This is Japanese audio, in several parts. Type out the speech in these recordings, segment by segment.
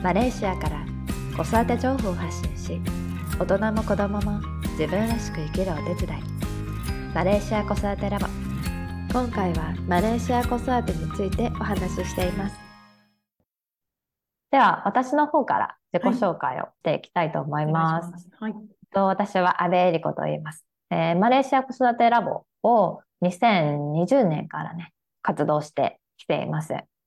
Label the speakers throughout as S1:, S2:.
S1: マレーシアから子育て情報を発信し、大人も子供も自分らしく生きるお手伝い、マレーシア子育てラボ。今回はマレーシア子育てについてお話ししています。では私の方から自己紹介をしていきたいと思います。
S2: はい。
S1: 私は阿部恵理子と言います。マレーシア子育てラボを2020年からね、活動してきています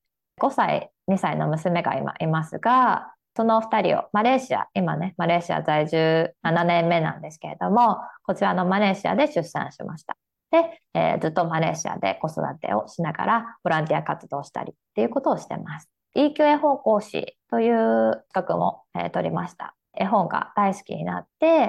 S1: 。5歳、2歳の娘が今いますが、その2人をマレーシア、今ね、マレーシア在住7年目なんですけれども、こちらのマレーシアで出産しました。で、ずっとマレーシアで子育てをしながらボランティア活動をしたりっていうことをしてます。EQ 絵本講師という資格も、取りました。絵本が大好きになって、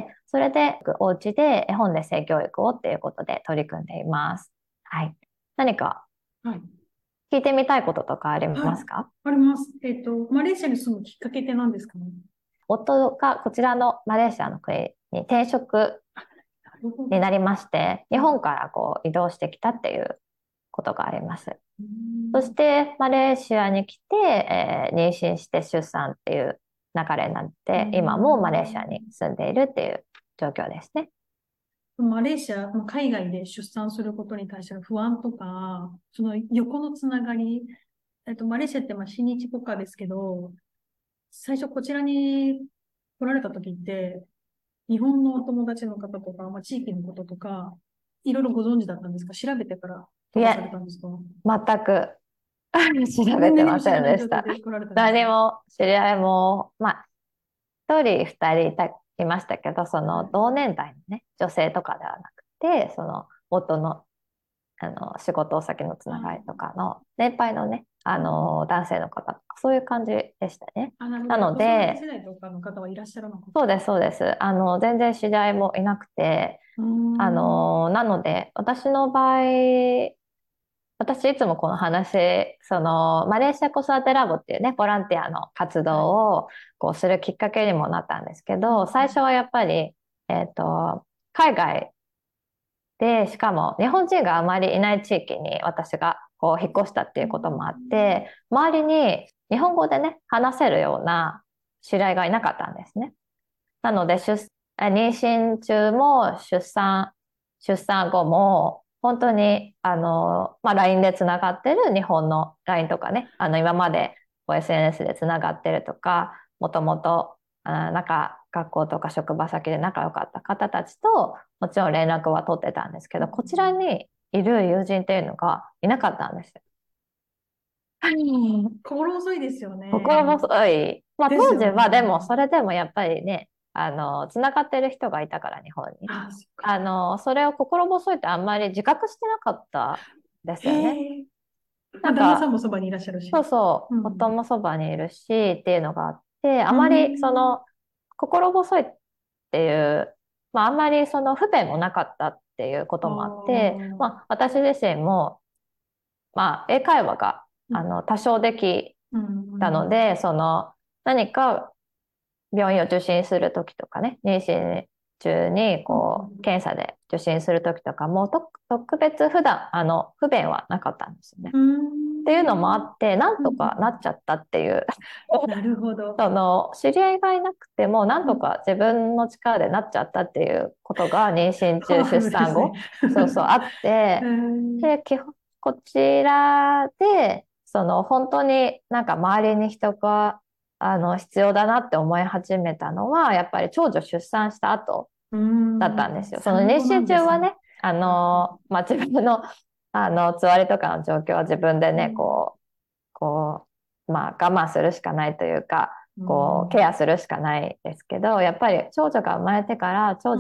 S1: それでお家で絵本で性教育をっていうことで取り組んでいます。はい。何か
S2: はい。
S1: 聞いてみたいこととかあり
S2: はい。
S1: ますか？
S2: あります。マレーシアに住むきっかけって何ですかね。
S1: 夫がこちらのマレーシアの国に転職
S2: なるほど。
S1: になりまして、日本からこう移動してきたっていうことがあります。
S2: う
S1: そし
S2: ん。
S1: てマレーシアに来て、妊娠して出産っていう流れになっ
S2: う
S1: て、今もマレーシアに
S2: ん。
S1: 住んでいるっていう状況ですね。
S2: マレーシア、海外で出産することに対しての不安とか、その横のつながり、マレーシアって親日国家ですけど、最初こちらに来られた時って、日本のお友達の方とか、地域のこととか、いろいろご存知だったんですか？調べてから飛ばされ
S1: いえ、
S2: たんですか？
S1: 全く調べてま
S2: 何にも知ら
S1: せんでした。
S2: ない状態で来られたんですか？
S1: 何も知り合いも、一人二人いましたけど、そ
S2: はい。
S1: の同年代のね、女性とかではなくて、その元の、仕事先のつながりとかの、年配のね、男性の方とか、そういう感じでしたね。
S2: なるほど。
S1: な
S2: じゃあ、子育て
S1: ので、
S2: 世代とかの方はいらっしゃらなかった。
S1: そうです、そうです。全然知り合いもいなくて、
S2: うーん。
S1: なので、私の場合、私いつもこの話、その、マレーシア子育てラボっていうね、ボランティアの活
S2: はい。
S1: 動をこうするきっかけにもなったんですけど、最初
S2: うん。
S1: はやっぱり、海外で、しかも日本人があまりいない地域に私がこう引っ越したっていうこともあって、周りに日本語でね、話せるような知り合いがいなかったんですね。なので、妊娠中も出産後も、本当に、LINE でつながってる日本の LINE とかね、今までこう SNS でつながってるとか、もともと、学校とか職場先で仲良かった方たちと、もちろん連絡は取ってたんですけど、こちらにいる友人っていうのがいなかったんですよ。
S2: 心細いですよ
S1: 心
S2: ね。
S1: 細い。
S2: ですよ
S1: 当時はでも、
S2: ね。
S1: それでもやっぱりね、つながってる人がいたから、日本に。
S2: そっかそっか。
S1: それを心細いってあんまり自覚してなかったです
S2: へ
S1: よね。
S2: え。旦那さん
S1: なんか、
S2: もそばにいらっしゃる
S1: そう
S2: し。
S1: そう、夫
S2: うん。
S1: もそばにいるしっていうのがあって、あ
S2: うー
S1: まりそ
S2: ん。
S1: の、心細いっていう、あんまりその不便もなかったっていうこ
S2: あ
S1: ともあって、
S2: あ。
S1: 私自身も、英会話が、
S2: うん。
S1: 多少でき
S2: うん。うん。
S1: たので、その、何か病院を受診するときとかね、妊娠中に
S2: うん。
S1: こう、検査で受診するときとかも、特別普段、不便はなかったんですよね。
S2: うー
S1: っていうのもあ
S2: ん。
S1: って、なん
S2: う
S1: とかなっ
S2: ん。
S1: ちゃったっていう、
S2: なるほど。
S1: その、知り合いがいなくても、なん
S2: うん。
S1: とか自分の力でなっちゃったっていうことが、妊娠中、
S2: パワフ
S1: 出
S2: ルですね。
S1: 産後、そうそう、あっ
S2: へ
S1: て、
S2: ー。
S1: で、こちらで、その、本当になんか周りに人が、必要だなって思い始めたのは、やっぱり長女出産した後
S2: うー
S1: だったん
S2: ん。
S1: ですよ。その妊
S2: 産後な
S1: 娠
S2: んですね。
S1: 中はね、自分の、つわりとかの状況は自分でね、
S2: うん。
S1: 我慢するしかないというか、
S2: う
S1: こう、ケア
S2: ん。
S1: するしかないですけど、やっぱり長女が生まれてから、
S2: うん。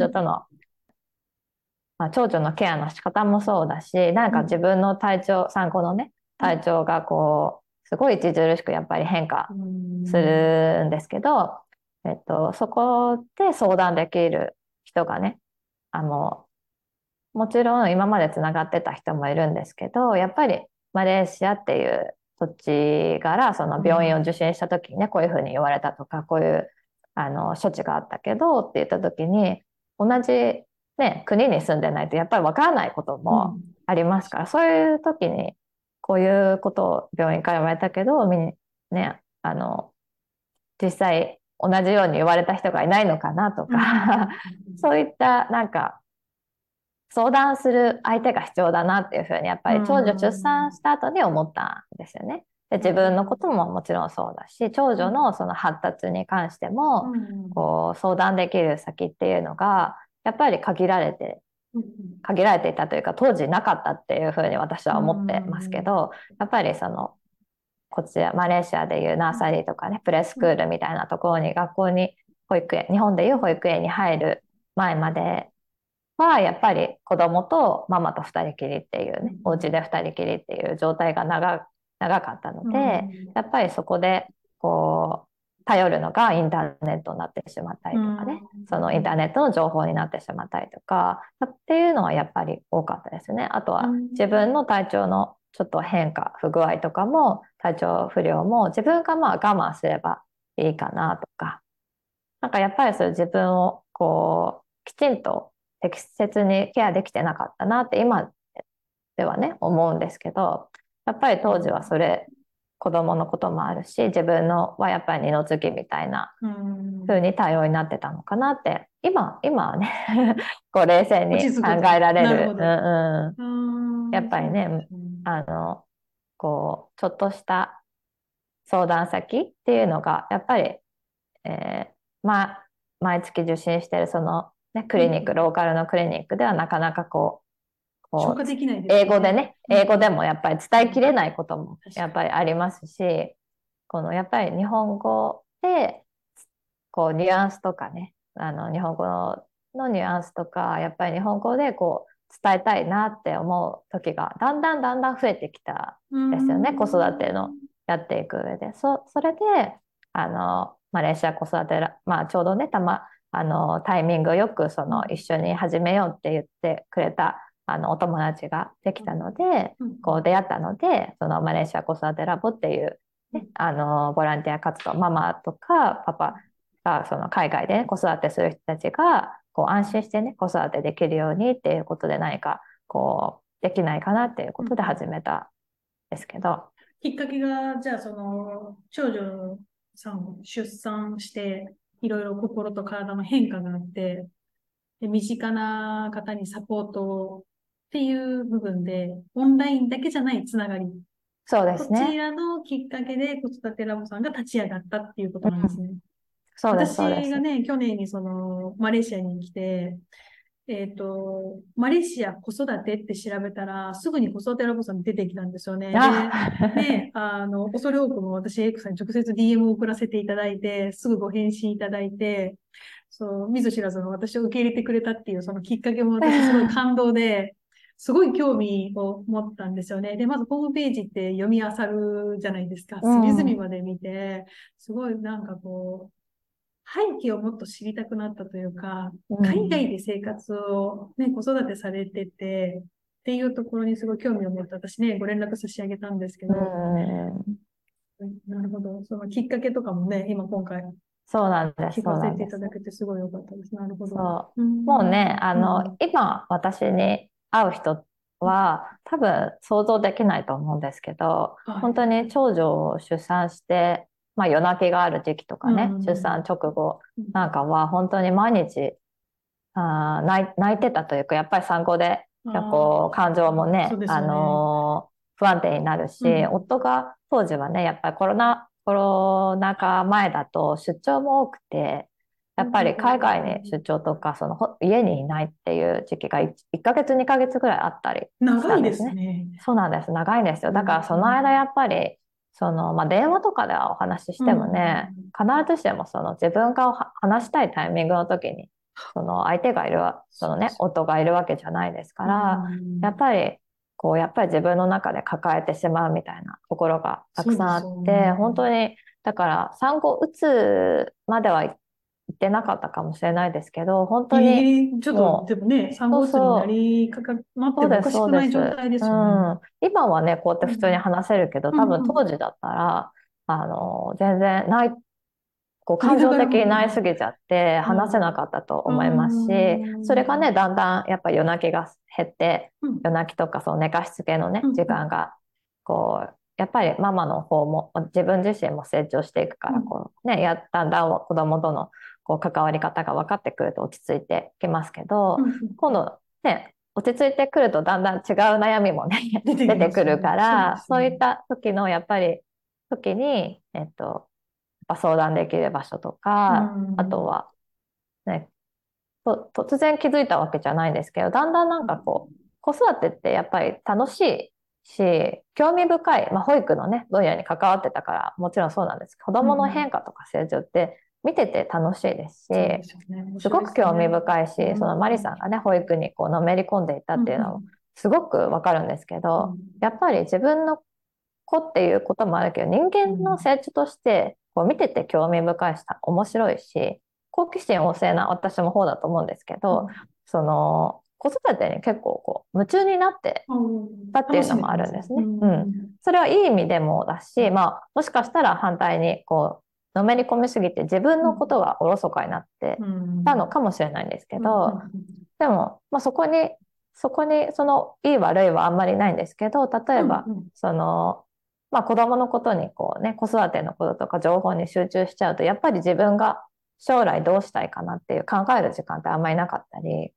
S1: 長女のケアの仕方もそうだし、なんか自
S2: うん。
S1: 分の体調、産後のね、体調がこう、すごい著しくやっぱり変化
S2: う
S1: す
S2: ん。
S1: るんですけど、そこで相談できる人がね、あの、もちろん今までつながってた人もいるんですけど、やっぱりマレーシアっていう土地からその病院を
S2: うん。
S1: 受診した時にね、こういうふうに言われたとか、こういう処置があったけどって言った時に、同じね、国に住んでないとやっぱりわからないことも
S2: うん。
S1: ありますから、そういう時にこういうことを病院から言われたけど、ね、 実際同じように言われた人がいないのかなと
S2: うんうん
S1: かそういったなんか相談する相手が必要だなっていうふうにやっぱ
S2: う
S1: り長女出
S2: ん
S1: 産した後に思ったんですよね。で、自
S2: なるほど。
S1: 分のことももちろんそうだし、長女のその発達に関しても
S2: うん
S1: こう相談できる先っていうのがやっぱり限られていたというか当時なかったっていうふうに私は思ってますけど、やっぱりそのこちらマレーシアでいうナーサリーとかねプレスクールみたいなところに学校に日本でいう保育園に入る前まではやっぱり子供とママと二人きりっていうねお家で二人きりっていう状態が長かったので、やっぱりそこでこう頼るのがインターネットになってしまったりとかね、そのインターネットの情報になってしまったりとかっていうのはやっぱり多かったですね。あとは自分の体調のちょっと変化不具合とかも体調不良も自分がまあ我慢すればいいかなとか、なんかやっぱりそういう自分をこうきちんと適切にケアできてなかったなって今ではね思うんですけど、やっぱり当時は子供のこともあるし自分のはやっぱり二の次みたいな風に対応になってたのかなって今はねこう冷静
S2: 落ち
S1: に考
S2: 着くと。
S1: えられる、
S2: なるほど。
S1: やっぱり
S2: そうなんで
S1: ね
S2: すね。
S1: あのこうちょっとした相談先っていうのがやっぱり、まあ、毎月受診してるその、ね、クリニックローカルのクリニックではなかなか
S2: 消化できないです
S1: 英
S2: よね。
S1: 語でね、英語でもやっぱり伝えきれ
S2: 確
S1: ないこともやっ
S2: かに。
S1: ぱりありますし、このやっぱり日本語でこうニュアンスとかね、日本語のニュアンスとか、やっぱり日本語でこう伝えたいなって思う時がだんだん増えてきた
S2: うー
S1: んですよね、子育ての
S2: ん。
S1: やっていく上で。それで、マレーシア子育てまあちょうどね、タイミングよく一緒に始めようって言ってくれたお友達ができたので、こう出会ったので、そのマレーシア子育てラボっていう、ね、ボランティア活動、ママとかパパがその海外で、ね、子育てする人たちがこう安心してね子育てできるようにっていうことで何かこうできないかなっていうことで始めたんですけど。
S2: きっかけが、じゃあ、長女さんを出産して、いろいろ心と体の変化があって、で、身近な方にサポートっていう部分で、オンラインだけじゃないつながり。
S1: そうで
S2: こ
S1: すね。
S2: ちらのきっかけで子育てラボさんが立ち上がったっていうこと
S1: うん、
S2: なんですね。
S1: そうです、そうです。
S2: 私がね、去年にマレーシアに来て、マレーシア子育てって調べたら、すぐに子育てラボさん出てきたんですよね。で、
S1: あ
S2: ね、恐れ多くも私、エイクさんに直接 DM を送らせていただいて、すぐご返信いただいて、そう、見ず知らずの私を受け入れてくれたっていう、そのきっかけも私すごい感動で、すごい興味を持ったんですよね。で、まずホームページって読み漁るじゃないですか。
S1: う
S2: 隅々
S1: ん、
S2: まで見て、すごいなんかこう、背景をもっと知りたくなったというか、
S1: う
S2: 海外
S1: ん、
S2: で生活をね、子育てされてて、っていうところにすごい興味を持って私ね、ご連絡差し上げたんですけ
S1: う
S2: ど、
S1: ん、
S2: なるほど。そのきっかけとかもね、今回
S1: そうなんです、そう
S2: 聞かせ
S1: なんです。
S2: ていただけてすごい良かったです。なるほど。
S1: そ
S2: う
S1: う。もうね、
S2: ん。うん。
S1: 今私に会う人は多分想像できないと思うんですけど、
S2: はい。
S1: 本当に長女を出産して、まあ夜泣きがある時期と
S2: う
S1: かね、出
S2: ん。
S1: 産直後
S2: うん。
S1: なんかは本当に毎日泣いてたというか、やっぱり産後で、
S2: ああ、
S1: 感情もね、
S2: そうですよね。
S1: 不安定になるし、
S2: うん。
S1: 夫が当時はね、やっぱりコロナ禍前だと出張も多くて、やっぱり海外に出張とか、家にいないっていう時期が1ヶ月、2ヶ月ぐらいあったりし
S2: 長いで
S1: たんですね。
S2: すね。
S1: そうなんです。長いんですよ。
S2: う
S1: だからその間
S2: ん。
S1: やっぱり、まあ、電話とかではお話しし
S2: う
S1: てもね、
S2: ん。
S1: 必ずしも自分が話したいタイミングの時に相手がいる
S2: そうです
S1: 夫がいるわけじゃないですか
S2: よ。う
S1: ら、やっ
S2: ん。
S1: ぱり、やっぱり自分の中で抱えてしまうみたいなところがたくさんあ
S2: そうです
S1: って、
S2: よね。
S1: 本当に、だから産後うつまでは言ってなかったかもしれないですけど、本当に
S2: ちょっと、で
S1: も
S2: もね、産
S1: う、そう
S2: 後うつにな
S1: そう、
S2: りかか、なって
S1: そうです、
S2: もおかし
S1: そうです。
S2: くない状態で
S1: う
S2: すよね。
S1: ん。今はね、こうやって普通に
S2: うん。
S1: 話せるけど、
S2: うん、
S1: 多分
S2: うん。
S1: 当時だったら、全然
S2: やり
S1: 感情
S2: ながらも、
S1: 的になりすぎちゃって
S2: なるほど。
S1: 話せなかったと
S2: うー
S1: 思いますし、それがね、
S2: ん。
S1: だんだんやっぱ夜泣きが減って、
S2: うん、
S1: 夜泣きとか寝かしつけのね、
S2: うん、うん。
S1: 時間が、こやっぱりママの方も自分自身も成長していくから、こうね、だんだん子供とのこう関わり方が分かってくると落ち着いてきますけど、今度ね、落ち着いてくるとだんだん違う悩みもね、
S2: 出てき
S1: 出てくる
S2: ますよね。そうで
S1: から、
S2: すね。
S1: そういった時のやっぱり、時に、やっぱ相談できる場所と
S2: う
S1: か、あと
S2: ん。
S1: は、ね、突然気づいたわけじゃないんですけど、だんだんなんかこう、子育てってやっぱり楽しいし、興味深い、まあ、保育のね、分野に関わってたから、もちろんそうなんです。子供の変化とか成長って見てて楽しいです
S2: そうで
S1: し、
S2: すよね。面
S1: す
S2: 白い
S1: ごく興味
S2: ですよね。
S1: 深いし、そのマリさんがね、保育にこうのめり込んでいたっていうのもすごくわかるんですけど、やっぱり自分の子っていうこともあるけど、人間の成長としてこう見てて興味深いし、面白いし、好奇心旺盛な私も方だと思うんですけど、その子育てに結構こう夢中になってたってい
S2: 楽
S1: うのもあ
S2: しめてます。
S1: るんですね。うん。それはいい意味でもだし、まあ、もしかしたら反対にこうのめり込みすぎて自分のことがおろそかになってたのかもしれないんですけど、でも、まあ、そこにそのいい悪いはあんまりないんですけど、例えばその、まあ、子供のことにこうね、子育てのこととか情報に集中しちゃうと、やっぱり自分が将来どうしたいかなっていう考える時間ってあんまりなかったり、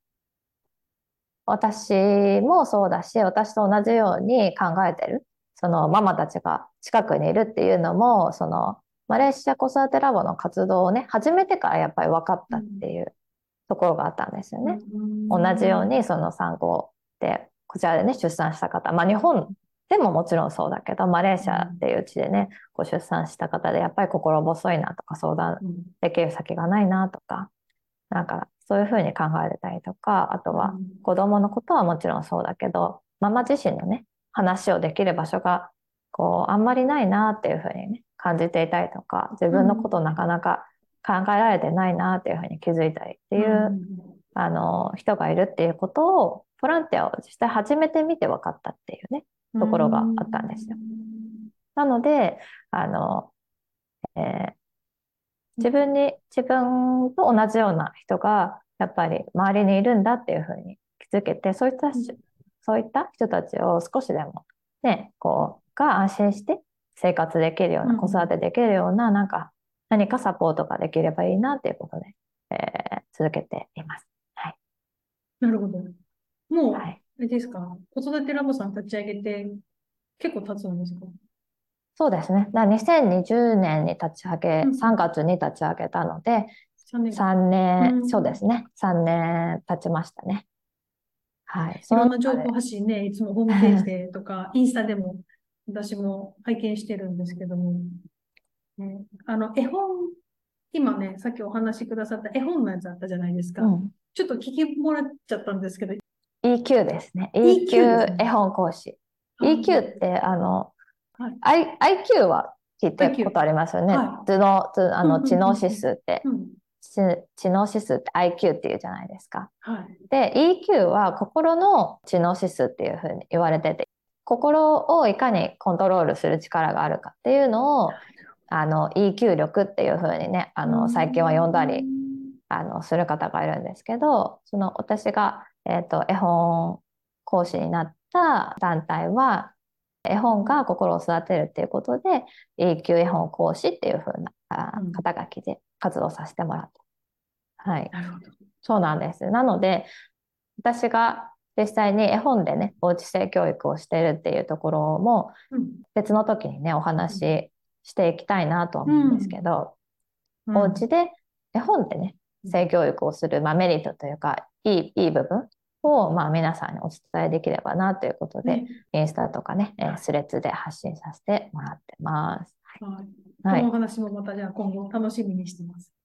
S1: 私もそうだし、私と同じように考えてる、そのママたちが近くにいるっていうのも、そのマレーシア子育てラボの活動をね、始めてからやっぱり分かったっていうところがあったんですよね。同じようにその産後で、こちらでね、出産した方、まあ日本でももちろんそうだけど、マレーシアっていう地でね、ご出産した方で、やっぱり心細いなとか、相談できる先がないなとか、なんかそういうふうに考えれたりとか、あとは子供のことはもちろんそうだけど、ママ自身のね、話をできる場所が、こう、あんまりないなっていうふうにね、感じていたりとか、自分のことなかなか考えられてないなっていうふうに気づいたりっていう、人がいるっていうことを、ボランティアを実際始めてみて分かったっていうね、ところがあったんですよ。なので、あの、えー自分と同じような人が、やっぱり周りにいるんだっていうふうに気づけて、そういった人たちを少しでも、ね、が安心して生活できるような、子育てできるような、なんか、何かサポートができればいいなっていうことで、続けています。はい。
S2: なるほど。もう、
S1: はい。
S2: あれですか、子育てラボさん立ち上げて結構経つんですか？
S1: そうですね。2020年に立ち上げ、3月に立ち上げたので、
S2: 3年間。
S1: 3年、そうですね。3年経ちましたね。はい。その
S2: いろんな情
S1: 中で。
S2: 報発信ね、いつもホームページでとか、インスタでも私も拝見してるんですけども、ね、絵本、今ね、さっきお話しくださった絵本のやつあったじゃないですか。
S1: うん。
S2: ちょっと聞きもらっちゃったんですけど、
S1: EQ ですね。
S2: EQ です
S1: EQ
S2: ね。
S1: 絵本講師。
S2: あ、
S1: EQ って、
S2: はい。
S1: IQ は聞いたこと
S2: IQ。
S1: ありますよね。
S2: は
S1: 知能指
S2: い。
S1: 数って、
S2: うん。
S1: 知能指数って IQ っていうじゃないですか。
S2: はい。
S1: で、EQ は心の知能指数っていうふうに言われてて、心をいかにコントロールする力があるかっていうのを、EQ 力っていうふうにね、
S2: うー
S1: 最近は呼んだり、
S2: ん。
S1: する方がいるんですけど、その私が、絵本講師になった団体は、絵本が心を育てるっていうことで、EQ 絵本講師っていう風な
S2: うん。
S1: 肩書きで活動させてもらって。はい。
S2: なるほど。
S1: そうなんです。なので、私が実際に絵本でね、おうち性教育をしているっていうところも、
S2: うん。
S1: 別の時にね、お話
S2: うん。
S1: ししていきたいなとは
S2: う
S1: 思うんですけ
S2: ん。
S1: ど、お家
S2: うん。
S1: で絵本でね、性教育をする、まあ、メリットというか、いい部分を、まあ、皆さんにお伝えできればなということで、
S2: ね。
S1: インスタとかね、
S2: はい。
S1: スレッズで発信させてもらってます。
S2: はい。こ
S1: はい。
S2: のお話もまたじゃあ今後楽しみにしてます。